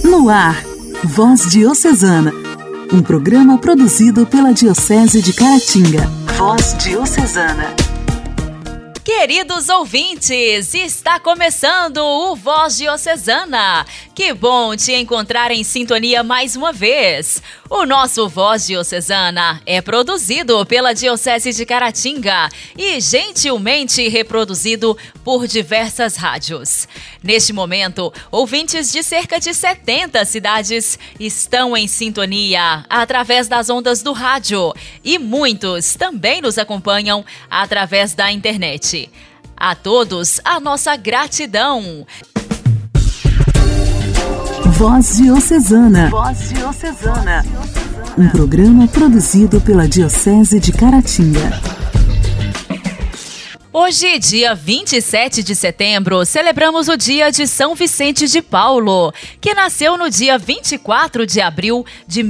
No ar, Voz Diocesana, um programa produzido pela Diocese de Caratinga. Voz Diocesana. Queridos ouvintes, está começando o Voz Diocesana. Que bom te encontrar em sintonia mais uma vez. O nosso Voz Diocesana é produzido pela Diocese de Caratinga e gentilmente reproduzido por diversas rádios. Neste momento, ouvintes de cerca de 70 cidades estão em sintonia através das ondas do rádio e muitos também nos acompanham através da internet. A todos, a nossa gratidão. Voz Diocesana. Voz Diocesana. Um programa produzido pela Diocese de Caratinga. Hoje, dia 27 de setembro, celebramos o dia de São Vicente de Paulo, que nasceu no dia 24 de abril de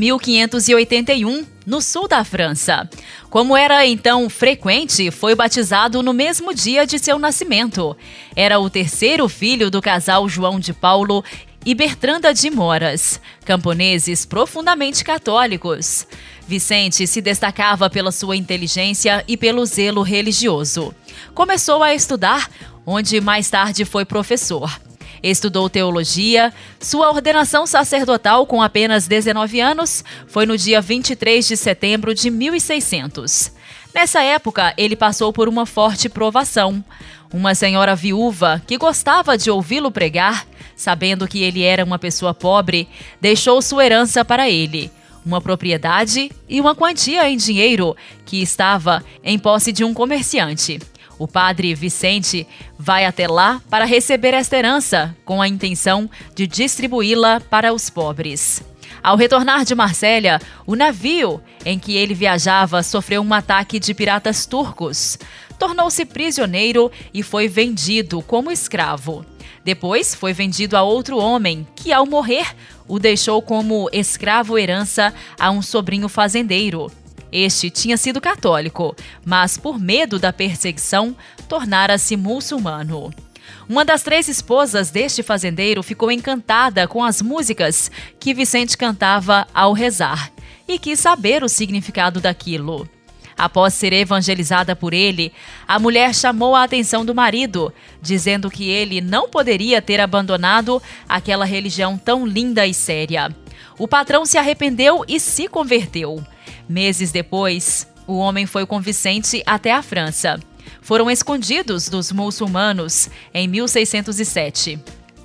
1581, no sul da França. Como era então frequente, foi batizado no mesmo dia de seu nascimento. Era o terceiro filho do casal João de Paulo e Bertranda de Moras, camponeses profundamente católicos. Vicente se destacava pela sua inteligência e pelo zelo religioso. Começou a estudar, onde mais tarde foi professor. Estudou teologia. Sua ordenação sacerdotal com apenas 19 anos foi no dia 23 de setembro de 1600. Nessa época, ele passou por uma forte provação. Uma senhora viúva, que gostava de ouvi-lo pregar, sabendo que ele era uma pessoa pobre, deixou sua herança para ele, uma propriedade e uma quantia em dinheiro que estava em posse de um comerciante. O padre Vicente vai até lá para receber esta herança, com a intenção de distribuí-la para os pobres. Ao retornar de Marsella, o navio em que ele viajava sofreu um ataque de piratas turcos. Tornou-se prisioneiro e foi vendido como escravo. Depois foi vendido a outro homem, que ao morrer o deixou como escravo-herança a um sobrinho fazendeiro. Este tinha sido católico, mas por medo da perseguição, tornara-se muçulmano. Uma das 3 esposas deste fazendeiro ficou encantada com as músicas que Vicente cantava ao rezar e quis saber o significado daquilo. Após ser evangelizada por ele, a mulher chamou a atenção do marido, dizendo que ele não poderia ter abandonado aquela religião tão linda e séria. O patrão se arrependeu e se converteu. Meses depois, o homem foi com Vicente até a França. Foram escondidos dos muçulmanos em 1607.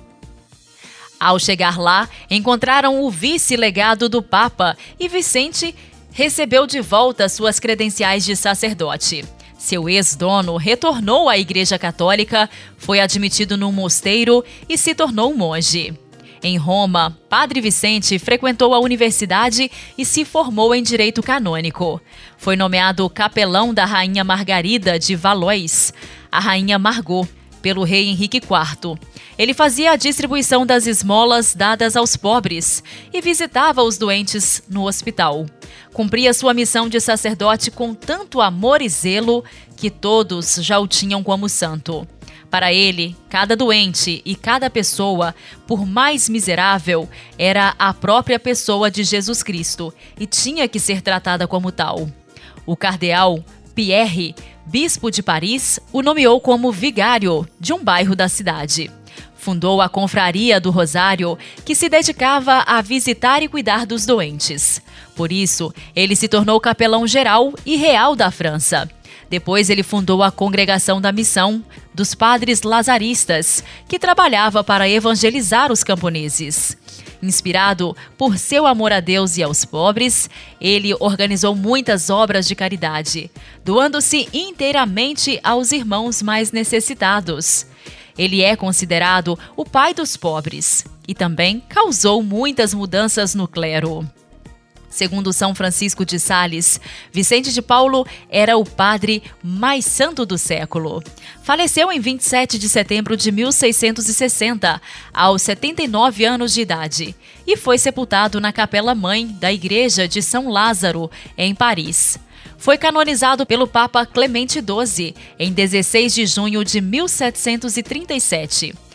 Ao chegar lá, encontraram o vice-legado do Papa e Vicente recebeu de volta suas credenciais de sacerdote. Seu ex-dono retornou à Igreja Católica, foi admitido num mosteiro e se tornou monge. Em Roma, Padre Vicente frequentou a universidade e se formou em direito canônico. Foi nomeado capelão da Rainha Margarida de Valois, a Rainha Margot, pelo rei Henrique IV. Ele fazia a distribuição das esmolas dadas aos pobres e visitava os doentes no hospital. Cumpria sua missão de sacerdote com tanto amor e zelo que todos já o tinham como santo. Para ele, cada doente e cada pessoa, por mais miserável, era a própria pessoa de Jesus Cristo e tinha que ser tratada como tal. O cardeal Pierre, bispo de Paris, o nomeou como vigário de um bairro da cidade. Fundou a Confraria do Rosário, que se dedicava a visitar e cuidar dos doentes. Por isso, ele se tornou capelão geral e real da França. Depois ele fundou a Congregação da Missão dos Padres Lazaristas, que trabalhava para evangelizar os camponeses. Inspirado por seu amor a Deus e aos pobres, ele organizou muitas obras de caridade, doando-se inteiramente aos irmãos mais necessitados. Ele é considerado o pai dos pobres e também causou muitas mudanças no clero. Segundo São Francisco de Sales, Vicente de Paulo era o padre mais santo do século. Faleceu em 27 de setembro de 1660, aos 79 anos de idade, e foi sepultado na Capela Mãe da Igreja de São Lázaro, em Paris. Foi canonizado pelo Papa Clemente XII em 16 de junho de 1737.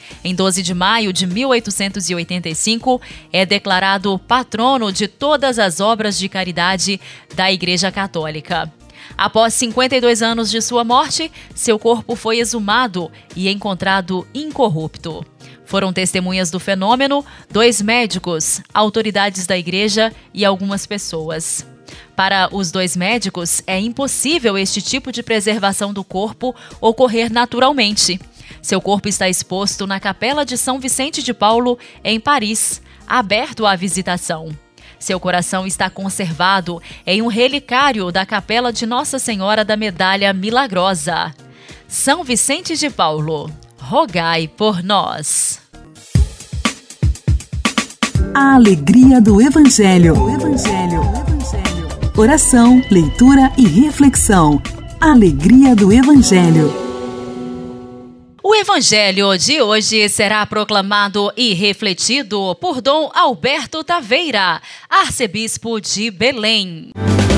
Em 12 de maio de 1885, é declarado patrono de todas as obras de caridade da Igreja Católica. Após 52 anos de sua morte, seu corpo foi exumado e encontrado incorrupto. Foram testemunhas do fenômeno 2 médicos, autoridades da igreja e algumas pessoas. Para os 2 médicos, é impossível este tipo de preservação do corpo ocorrer naturalmente. Seu corpo está exposto na Capela de São Vicente de Paulo, em Paris, aberto à visitação. Seu coração está conservado em um relicário da Capela de Nossa Senhora da Medalha Milagrosa. São Vicente de Paulo, rogai por nós. A alegria do Evangelho. Oração, leitura e reflexão. Alegria do Evangelho. O Evangelho de hoje será proclamado e refletido por Dom Alberto Taveira, arcebispo de Belém.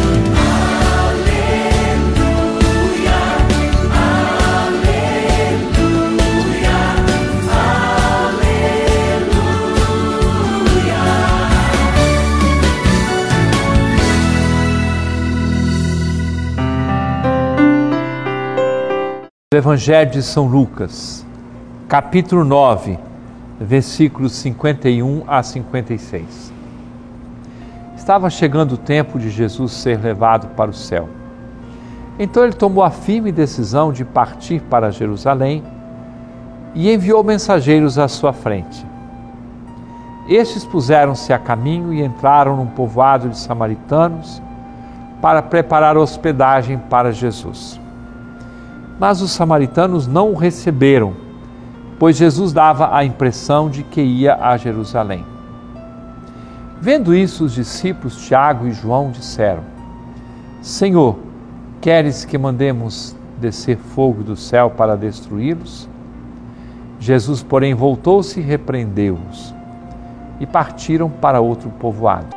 Evangelho de São Lucas, capítulo 9, versículos 51 a 56. Estava chegando o tempo de Jesus ser levado para o céu. Então ele tomou a firme decisão de partir para Jerusalém e enviou mensageiros à sua frente. Estes puseram-se a caminho e entraram num povoado de samaritanos para preparar hospedagem para Jesus. Mas os samaritanos não o receberam, pois Jesus dava a impressão de que ia a Jerusalém. Vendo isso, os discípulos Tiago e João disseram: Senhor, queres que mandemos descer fogo do céu para destruí-los? Jesus, porém, voltou-se e repreendeu-os, e partiram para outro povoado.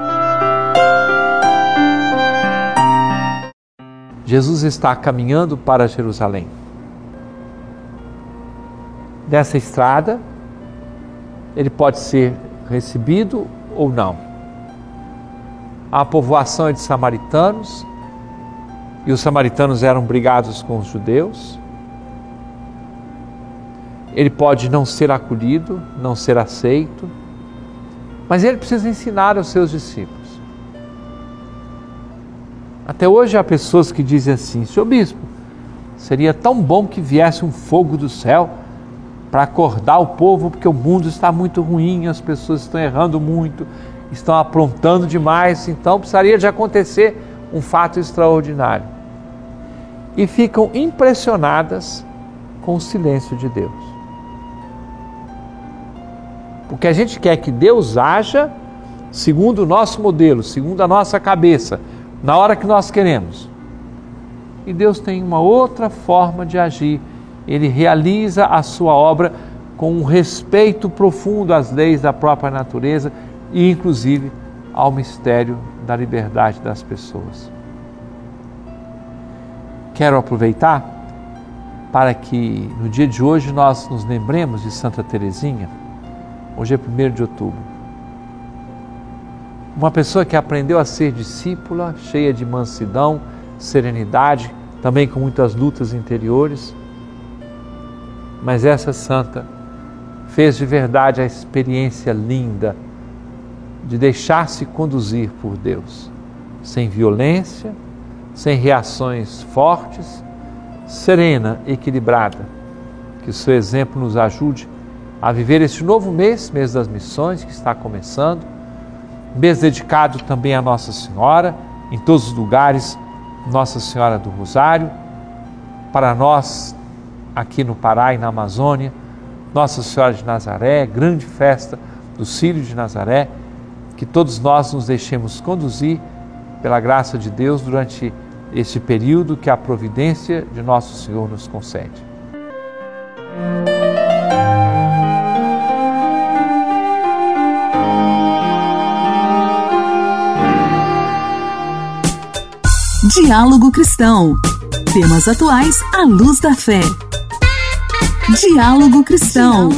Jesus está caminhando para Jerusalém. Nessa estrada, ele pode ser recebido ou não. A povoação é de samaritanos, e os samaritanos eram brigados com os judeus. Ele pode não ser acolhido, não ser aceito, mas ele precisa ensinar aos seus discípulos. Até hoje há pessoas que dizem assim: Senhor Bispo, seria tão bom que viesse um fogo do céu para acordar o povo, porque o mundo está muito ruim, as pessoas estão errando muito, estão aprontando demais, então precisaria de acontecer um fato extraordinário. E ficam impressionadas com o silêncio de Deus. Porque a gente quer que Deus haja segundo o nosso modelo, segundo a nossa cabeça, na hora que nós queremos. E Deus tem uma outra forma de agir. Ele realiza a sua obra com um respeito profundo às leis da própria natureza e, inclusive, ao mistério da liberdade das pessoas. Quero aproveitar para que no dia de hoje nós nos lembremos de Santa Teresinha. Hoje é 1º de outubro. Uma pessoa que aprendeu a ser discípula, cheia de mansidão, serenidade, também com muitas lutas interiores. Mas essa santa fez de verdade a experiência linda de deixar-se conduzir por Deus, sem violência, sem reações fortes, serena, equilibrada. Que o seu exemplo nos ajude a viver este novo mês, mês das missões, que está começando, mês dedicado também a Nossa Senhora, em todos os lugares, Nossa Senhora do Rosário. Para nós, aqui no Pará e na Amazônia, Nossa Senhora de Nazaré, grande festa do Círio de Nazaré, que todos nós nos deixemos conduzir pela graça de Deus durante este período que a providência de Nosso Senhor nos concede. Diálogo Cristão. Temas atuais à luz da fé. Diálogo Cristão.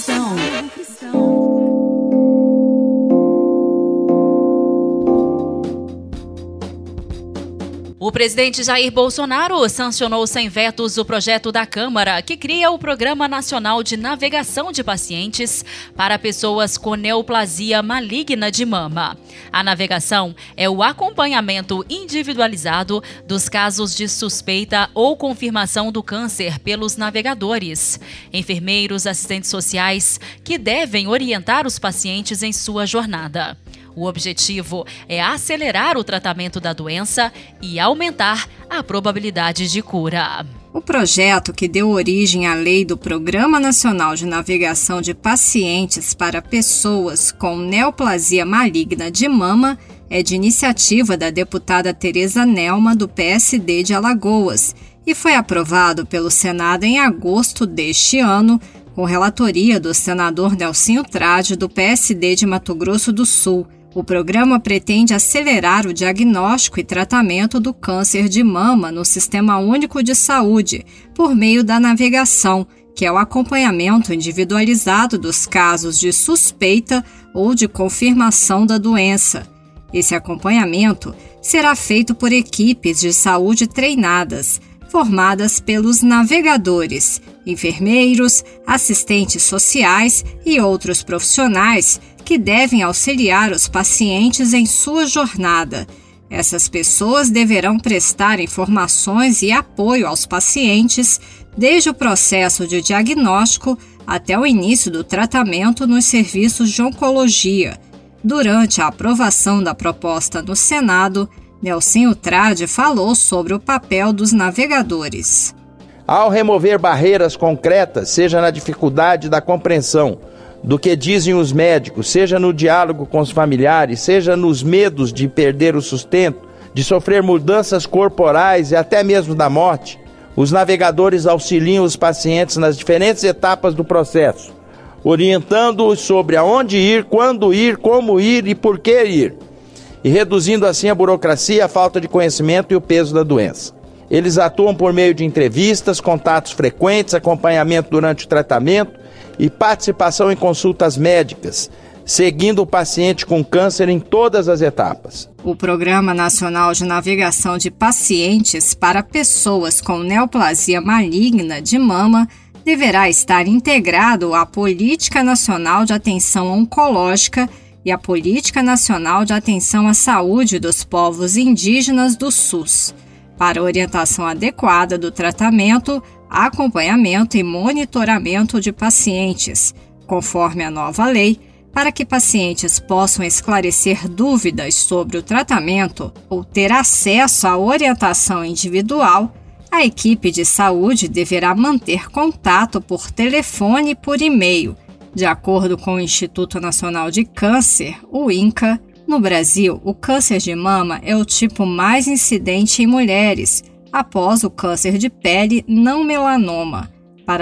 O presidente Jair Bolsonaro sancionou sem vetos o projeto da Câmara que cria o Programa Nacional de Navegação de Pacientes para pessoas com neoplasia maligna de mama. A navegação é o acompanhamento individualizado dos casos de suspeita ou confirmação do câncer pelos navegadores, enfermeiros, assistentes sociais, que devem orientar os pacientes em sua jornada. O objetivo é acelerar o tratamento da doença e aumentar a probabilidade de cura. O projeto que deu origem à lei do Programa Nacional de Navegação de Pacientes para pessoas com neoplasia maligna de mama é de iniciativa da deputada Tereza Nelma, do PSD de Alagoas, e foi aprovado pelo Senado em agosto deste ano, com relatoria do senador Nelsinho Trade, do PSD de Mato Grosso do Sul. O programa pretende acelerar o diagnóstico e tratamento do câncer de mama no Sistema Único de Saúde, por meio da navegação, que é o acompanhamento individualizado dos casos de suspeita ou de confirmação da doença. Esse acompanhamento será feito por equipes de saúde treinadas, formadas pelos navegadores, enfermeiros, assistentes sociais e outros profissionais que devem auxiliar os pacientes em sua jornada. Essas pessoas deverão prestar informações e apoio aos pacientes desde o processo de diagnóstico até o início do tratamento nos serviços de oncologia. Durante a aprovação da proposta no Senado, Nelsinho Trade falou sobre o papel dos navegadores. Ao remover barreiras concretas, seja na dificuldade da compreensão do que dizem os médicos, seja no diálogo com os familiares, seja nos medos de perder o sustento, de sofrer mudanças corporais e até mesmo da morte, os navegadores auxiliam os pacientes nas diferentes etapas do processo, orientando-os sobre aonde ir, quando ir, como ir e por que ir, e reduzindo assim a burocracia, a falta de conhecimento e o peso da doença. Eles atuam por meio de entrevistas, contatos frequentes, acompanhamento durante o tratamento e participação em consultas médicas, seguindo o paciente com câncer em todas as etapas. O Programa Nacional de Navegação de Pacientes para pessoas com neoplasia maligna de mama deverá estar integrado à Política Nacional de Atenção Oncológica e à Política Nacional de Atenção à Saúde dos Povos Indígenas do SUS, para orientação adequada do tratamento, acompanhamento e monitoramento de pacientes, conforme a nova lei, para que pacientes possam esclarecer dúvidas sobre o tratamento ou ter acesso à orientação individual. A equipe de saúde deverá manter contato por telefone e por e-mail. De acordo com o Instituto Nacional de Câncer, o INCA, no Brasil, o câncer de mama é o tipo mais incidente em mulheres, após o câncer de pele não melanoma. Para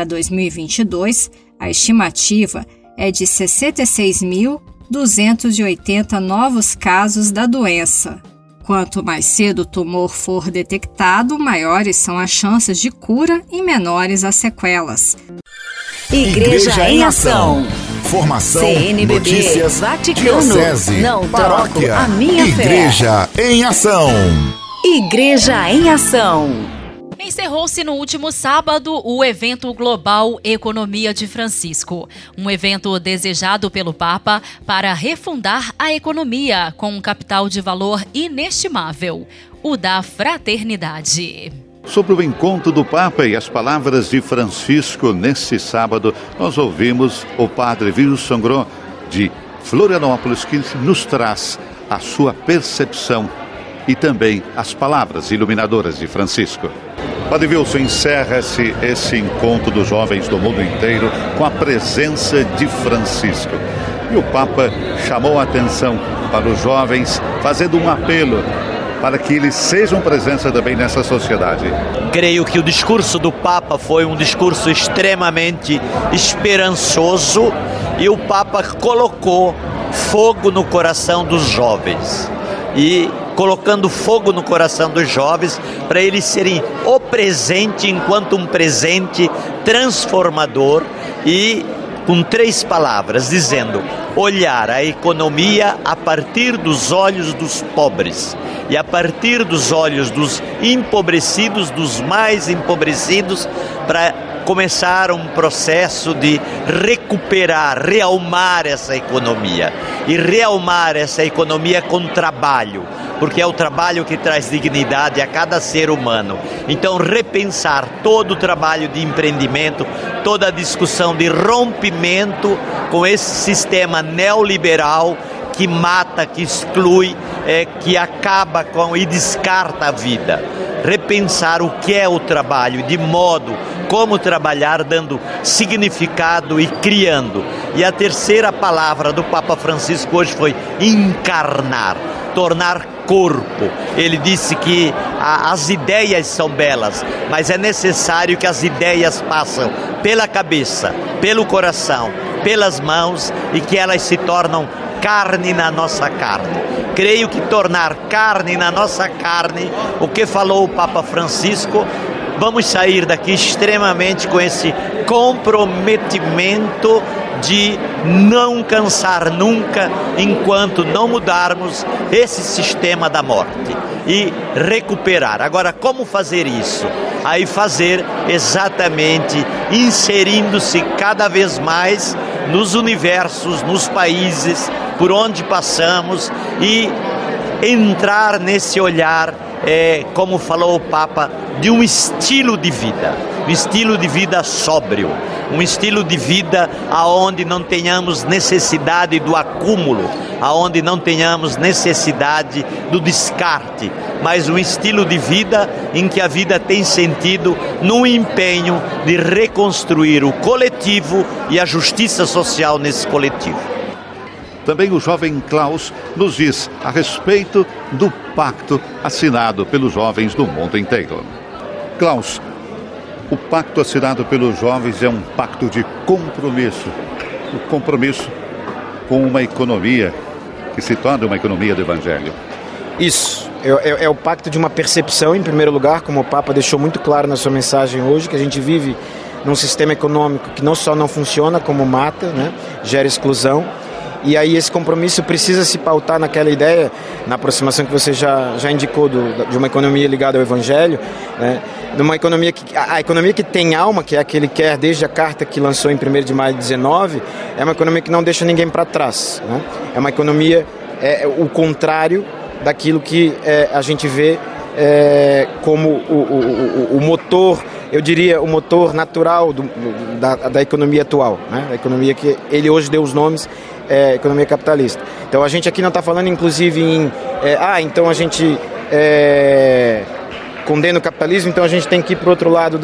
2022, a estimativa é de 66.280 novos casos da doença. Quanto mais cedo o tumor for detectado, maiores são as chances de cura e menores as sequelas. Igreja em Ação. Formação, CNBB, notícias, Vaticano, diocese, não paróquia, troco a minha fé. Igreja em Ação. Igreja em Ação. Encerrou-se no último sábado o evento global Economia de Francisco, um evento desejado pelo Papa para refundar a economia com um capital de valor inestimável, o da fraternidade. Sobre o encontro do Papa e as palavras de Francisco nesse sábado, nós ouvimos o padre Wilson Gron, de Florianópolis, que nos traz a sua percepção e também as palavras iluminadoras de Francisco. Padre Wilson, encerra-se esse encontro dos jovens do mundo inteiro com a presença de Francisco. E o Papa chamou a atenção para os jovens, fazendo um apelo para que eles sejam presença também nessa sociedade. Creio que o discurso do Papa foi um discurso extremamente esperançoso e o Papa colocou fogo no coração dos jovens. E colocando fogo no coração dos jovens para eles serem o presente enquanto um presente transformador e com 3 palavras, dizendo: olhar a economia a partir dos olhos dos pobres e a partir dos olhos dos empobrecidos, dos mais empobrecidos, para começar um processo de recuperar, realmar essa economia. E realmar essa economia com trabalho, porque é o trabalho que traz dignidade a cada ser humano. Então, repensar todo o trabalho de empreendimento, toda a discussão de rompimento com esse sistema neoliberal que mata, que exclui, que acaba com e descarta a vida. Repensar o que é o trabalho, de modo como trabalhar, dando significado e criando. E a terceira palavra do Papa Francisco hoje foi encarnar, tornar corpo. Ele disse que as ideias são belas, mas é necessário que as ideias passem pela cabeça, pelo coração, pelas mãos e que elas se tornam carne na nossa carne. Creio que tornar carne na nossa carne, o que falou o Papa Francisco, vamos sair daqui extremamente com esse comprometimento de não cansar nunca enquanto não mudarmos esse sistema da morte e recuperar. Agora, como fazer isso? Aí fazer exatamente inserindo-se cada vez mais nos universos, nos países por onde passamos e entrar nesse olhar, como falou o Papa, de um estilo de vida sóbrio, um estilo de vida aonde não tenhamos necessidade do acúmulo, aonde não tenhamos necessidade do descarte, mas um estilo de vida em que a vida tem sentido no empenho de reconstruir o coletivo e a justiça social nesse coletivo. Também o jovem Klaus nos diz a respeito do pacto assinado pelos jovens do mundo inteiro. Klaus, o pacto assinado pelos jovens é um pacto de compromisso. O compromisso com uma economia que se torna uma economia do Evangelho. Isso, é o pacto de uma percepção, em primeiro lugar, como o Papa deixou muito claro na sua mensagem hoje, que a gente vive num sistema econômico que não só não funciona, como mata, né, gera exclusão. E aí esse compromisso precisa se pautar naquela ideia, na aproximação que você já indicou de uma economia ligada ao Evangelho, né? Numa economia a economia que tem alma, que é a que ele quer desde a carta que lançou em 1º de maio de 19, é uma economia que não deixa ninguém para trás, né? É uma economia, o contrário daquilo que a gente vê como o motor, eu diria, o motor natural da economia atual, né? A economia que ele hoje deu os nomes, economia capitalista. Então a gente aqui não está falando inclusive em então a gente condena o capitalismo, então a gente tem que ir para o outro lado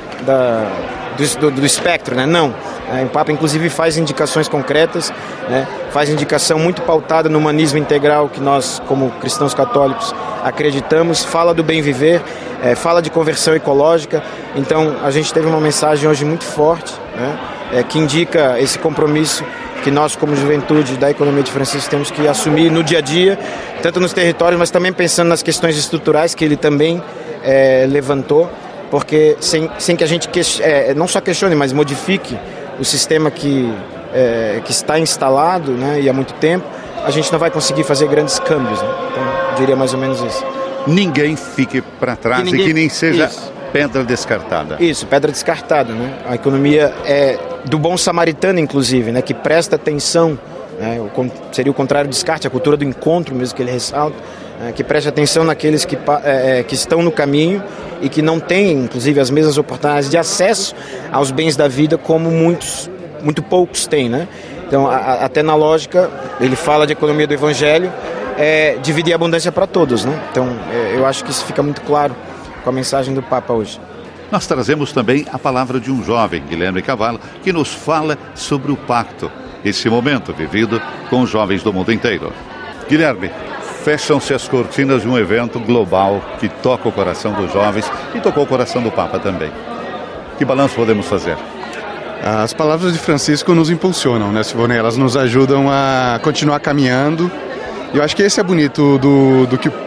do espectro, né? Não. O Papa inclusive faz indicações concretas, né? Faz indicação muito pautada no humanismo integral que nós, como cristãos católicos, acreditamos, fala do bem viver, fala de conversão ecológica. Então a gente teve uma mensagem hoje muito forte, né? Que indica esse compromisso que nós, como juventude da economia de Francisco, temos que assumir no dia a dia, tanto nos territórios, mas também pensando nas questões estruturais que ele também levantou, porque sem que a gente não só questione, mas modifique o sistema que está instalado, né, e há muito tempo, a gente não vai conseguir fazer grandes câmbios, né? Então, eu diria mais ou menos isso. Ninguém fique para trás e que nem seja isso. Pedra descartada. Isso, pedra descartada, né? A economia do bom samaritano, inclusive, né, que presta atenção, né, seria o contrário do descarte, a cultura do encontro mesmo que ele ressalta, que presta atenção naqueles que estão no caminho e que não têm, inclusive, as mesmas oportunidades de acesso aos bens da vida como muito poucos têm, né? Então, até na lógica, ele fala de economia do Evangelho, dividir a abundância para todos, né? Então, eu acho que isso fica muito claro com a mensagem do Papa hoje. Nós trazemos também a palavra de um jovem, Guilherme Cavallo, que nos fala sobre o pacto, esse momento vivido com os jovens do mundo inteiro. Guilherme, fecham-se as cortinas de um evento global que toca o coração dos jovens e tocou o coração do Papa também. Que balanço podemos fazer? As palavras de Francisco nos impulsionam, né, Silvone? Elas nos ajudam a continuar caminhando. E eu acho que esse é bonito do que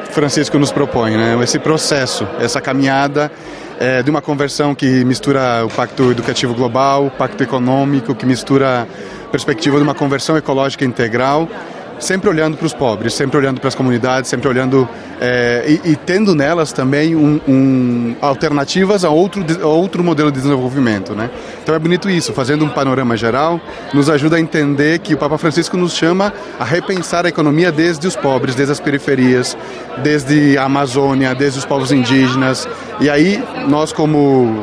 Francisco nos propõe, né? Esse processo, essa caminhada de uma conversão que mistura o Pacto Educativo Global, o Pacto Econômico, que mistura a perspectiva de uma conversão ecológica integral, sempre olhando para os pobres, sempre olhando para as comunidades, sempre olhando e tendo nelas também alternativas a outro modelo de desenvolvimento, né? Então é bonito isso, fazendo um panorama geral, nos ajuda a entender que o Papa Francisco nos chama a repensar a economia desde os pobres, desde as periferias, desde a Amazônia, desde os povos indígenas. E aí nós como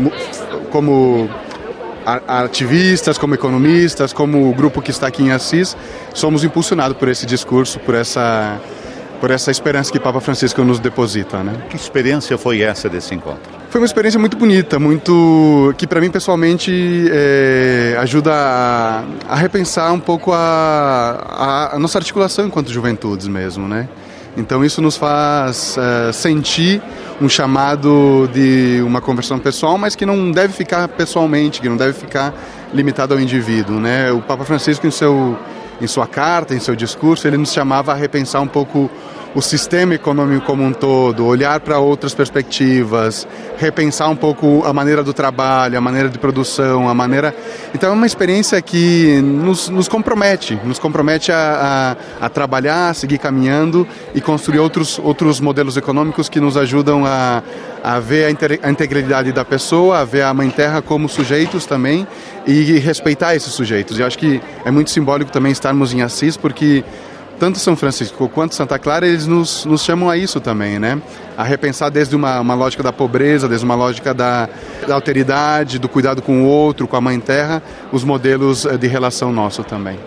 ativistas, como economistas, como o grupo que está aqui em Assis, somos impulsionados por esse discurso, por essa esperança que o Papa Francisco nos deposita, né? Que experiência foi essa desse encontro? Foi uma experiência muito bonita, que para mim pessoalmente ajuda a repensar um pouco a nossa articulação enquanto juventudes mesmo, né? Então isso nos faz sentir um chamado de uma conversão pessoal, mas que não deve ficar pessoalmente, que não deve ficar limitado ao indivíduo, né? O Papa Francisco, em sua carta, em seu discurso, ele nos chamava a repensar um pouco o sistema econômico como um todo, olhar para outras perspectivas, repensar um pouco a maneira do trabalho, a maneira de produção, a maneira... Então é uma experiência que nos compromete a trabalhar, a seguir caminhando e construir outros modelos econômicos que nos ajudam a ver a integralidade da pessoa, a ver a Mãe Terra como sujeitos também e respeitar esses sujeitos. E eu acho que é muito simbólico também estarmos em Assis, porque tanto São Francisco quanto Santa Clara, eles nos chamam a isso também, né? A repensar desde uma lógica da pobreza, desde uma lógica da alteridade, do cuidado com o outro, com a Mãe Terra, os modelos de relação nosso também.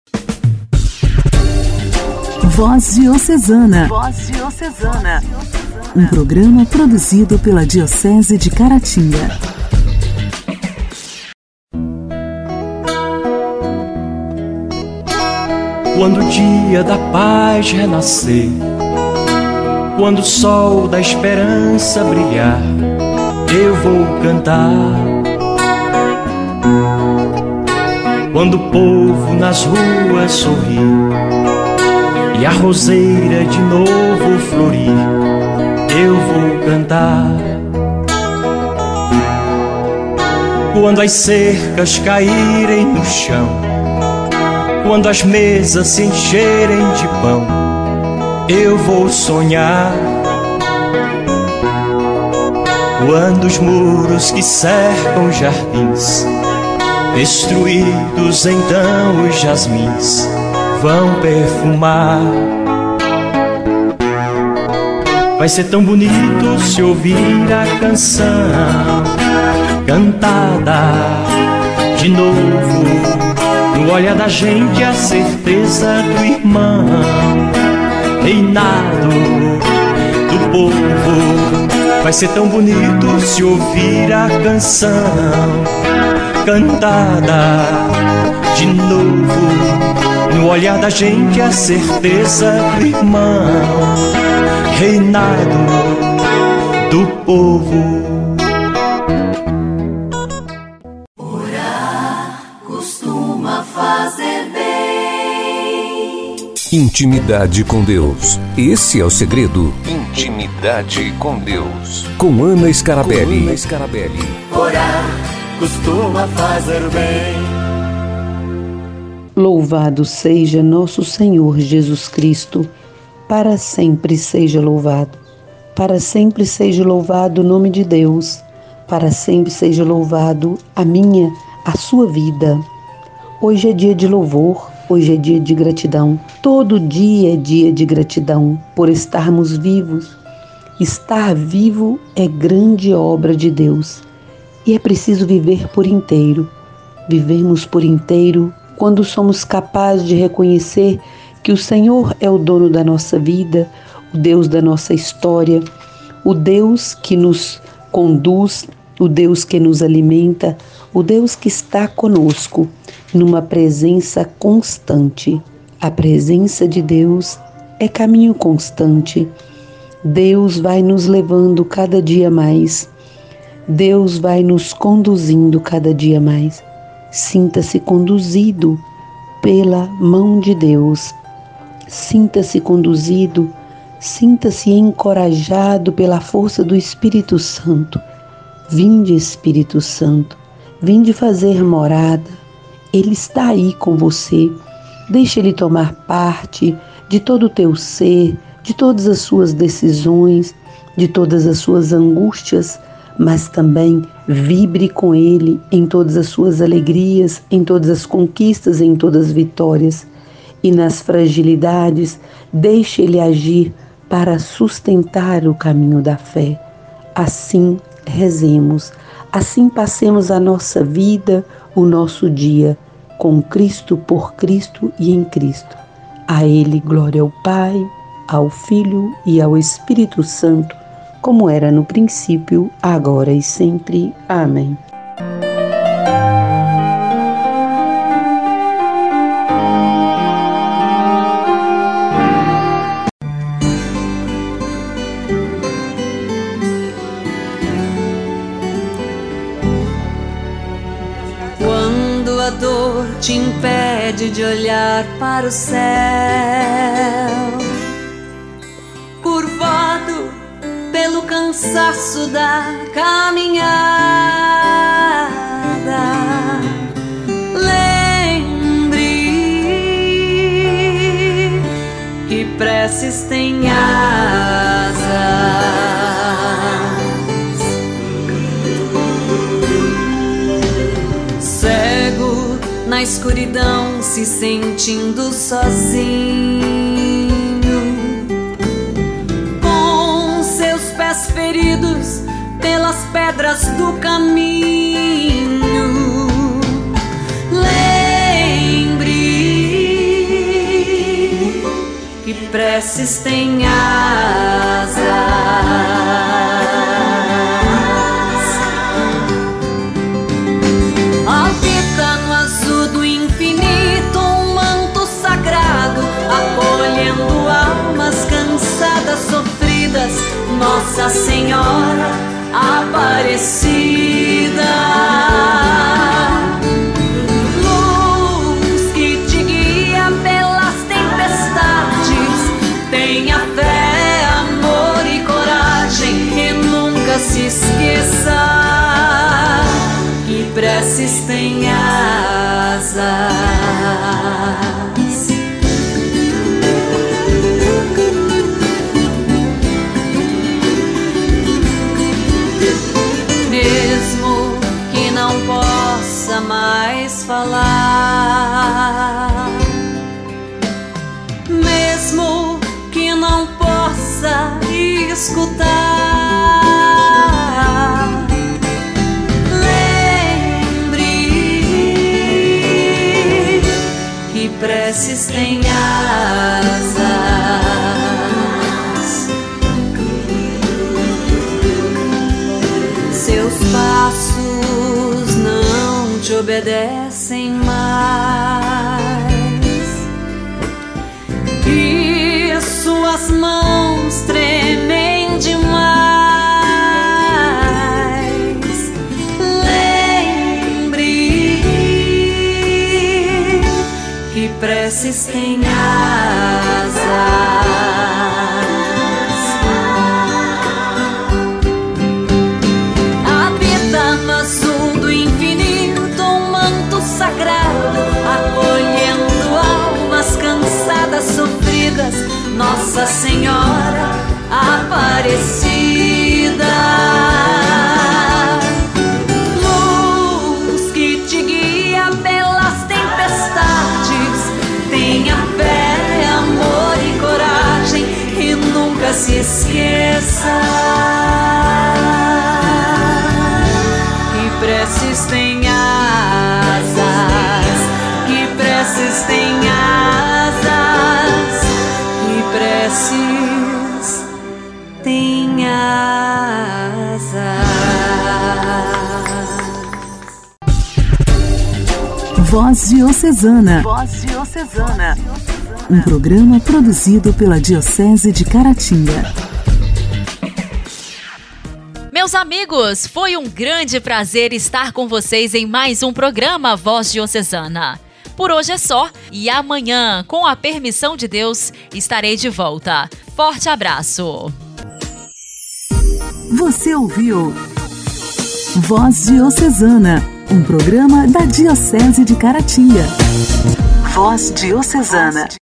Voz Diocesana. Voz Diocesana. Um programa produzido pela Diocese de Caratinga. Quando o dia da paz renascer, quando o sol da esperança brilhar, eu vou cantar. Quando o povo nas ruas sorrir e a roseira de novo florir, eu vou cantar. Quando as cercas caírem no chão, quando as mesas se encherem de pão, eu vou sonhar. Quando os muros que cercam jardins destruídos, então os jasmins vão perfumar. Vai ser tão bonito se ouvir a canção cantada de novo. No olhar da gente a certeza do irmão, reinado do povo. Vai ser tão bonito se ouvir a canção cantada de novo. No olhar da gente a certeza do irmão, reinado do povo. Intimidade com Deus. Esse é o segredo. Intimidade com Deus. Com Ana Scarabelli. Orar costuma fazer bem. Louvado seja nosso Senhor Jesus Cristo. Para sempre seja louvado. Para sempre seja louvado o nome de Deus. Para sempre seja louvado a sua vida. Hoje é dia de louvor. Hoje é dia de gratidão. Todo dia é dia de gratidão por estarmos vivos. Estar vivo é grande obra de Deus. E é preciso viver por inteiro. Vivermos por inteiro quando somos capazes de reconhecer que o Senhor é o dono da nossa vida, o Deus da nossa história, o Deus que nos conduz, o Deus que nos alimenta, o Deus que está conosco, numa presença constante. A presença de Deus é caminho constante. Deus vai nos levando cada dia mais. Deus vai nos conduzindo cada dia mais. Sinta-se conduzido pela mão de Deus. Sinta-se conduzido Sinta-se encorajado pela força do Espírito Santo. Vinde, Espírito Santo, vinde fazer morada. Ele está aí com você. Deixa Ele tomar parte de todo o teu ser, de todas as suas decisões, de todas as suas angústias, mas também vibre com Ele em todas as suas alegrias, em todas as conquistas, em todas as vitórias. E nas fragilidades, deixe Ele agir para sustentar o caminho da fé. Assim rezemos, assim passemos a nossa vida, o nosso dia, com Cristo, por Cristo e em Cristo. A Ele glória ao Pai, ao Filho e ao Espírito Santo, como era no princípio, agora e sempre. Amém. Quando a dor te impede de olhar para o céu, curvado pelo cansaço da caminhada, lembre que preces têm asas. Cego na escuridão, se sentindo sozinho, pés feridos pelas pedras do caminho, lembre que preces têm asas. Habita no azul do infinito um manto sagrado, acolhendo almas cansadas, sofridas, Nossa Senhora Aparecida. Luz que te guia pelas tempestades, tenha fé, amor e coragem, e nunca se esqueça que preces têm asas. Mais falar, mesmo que não possa escutar, lembre que preces têm asas. Seus passos não te obedecem mais, e suas mãos tremem demais. Lembre que preces têm asas. Acolhendo almas cansadas, sofridas, Nossa Senhora Aparecida. Luz que te guia pelas tempestades, tenha fé, amor e coragem, e nunca se esqueça que preces têm asas, que preces têm asas, que preces têm asas. Voz Diocesana. Voz Diocesana. Um programa produzido pela Diocese de Caratinga. Meus amigos, foi um grande prazer estar com vocês em mais um programa Voz Diocesana. Por hoje é só e amanhã, com a permissão de Deus, estarei de volta. Forte abraço! Você ouviu Voz Diocesana, um programa da Diocese de Caratinga. Voz Diocesana.